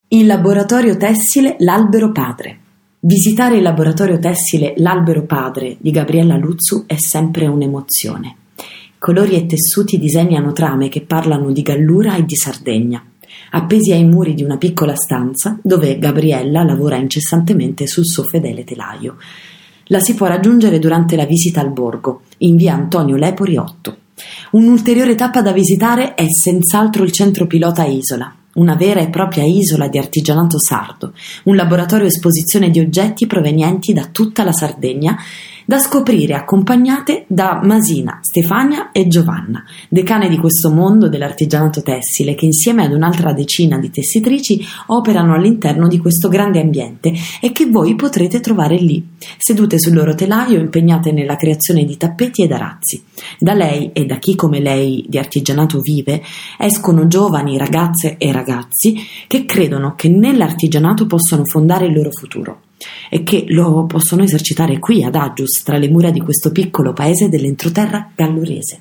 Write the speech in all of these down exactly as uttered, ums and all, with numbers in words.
Il laboratorio tessile L'Albero Padre. Visitare il laboratorio tessile L'Albero Padre di Gabriella Luzzu è sempre un'emozione. Colori e tessuti disegnano trame che parlano di Gallura e di Sardegna, appesi ai muri di una piccola stanza dove Gabriella lavora incessantemente sul suo fedele telaio. La si può raggiungere durante la visita al borgo, in via Antonio Lepori otto. Un'ulteriore tappa da visitare è senz'altro il centro pilota Isola, una vera e propria isola di artigianato sardo, un laboratorio esposizione di oggetti provenienti da tutta la Sardegna, da scoprire accompagnate da Masina, Stefania e Giovanna, decane di questo mondo dell'artigianato tessile, che insieme ad un'altra decina di tessitrici operano all'interno di questo grande ambiente e che voi potrete trovare lì, sedute sul loro telaio impegnate nella creazione di tappeti ed arazzi. Da lei e da chi come lei di artigianato vive escono giovani, ragazze e ragazzi che credono che nell'artigianato possono fondare il loro futuro e che lo possono esercitare qui ad Aggius, tra le mura di questo piccolo paese dell'entroterra gallurese.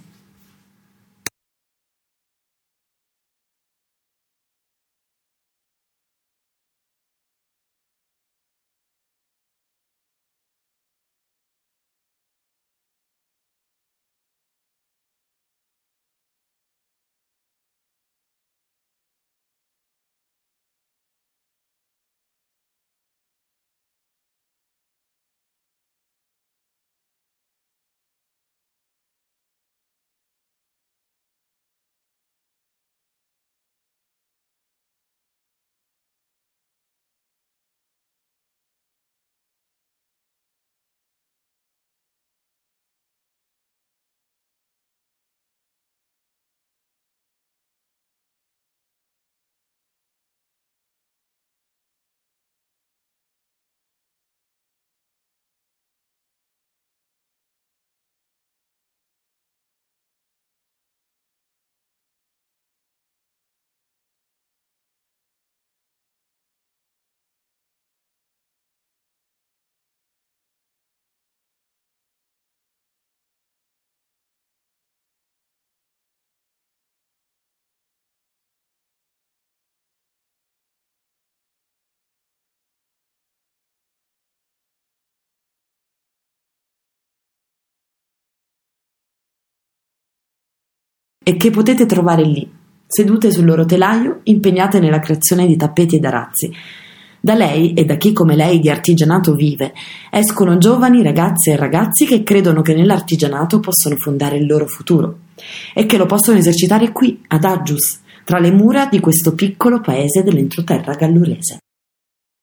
E che potete trovare lì, sedute sul loro telaio, impegnate nella creazione di tappeti ed arazzi. Da lei e da chi come lei di artigianato vive escono giovani, ragazze e ragazzi che credono che nell'artigianato possono fondare il loro futuro e che lo possono esercitare qui, ad Aggius, tra le mura di questo piccolo paese dell'entroterra gallurese.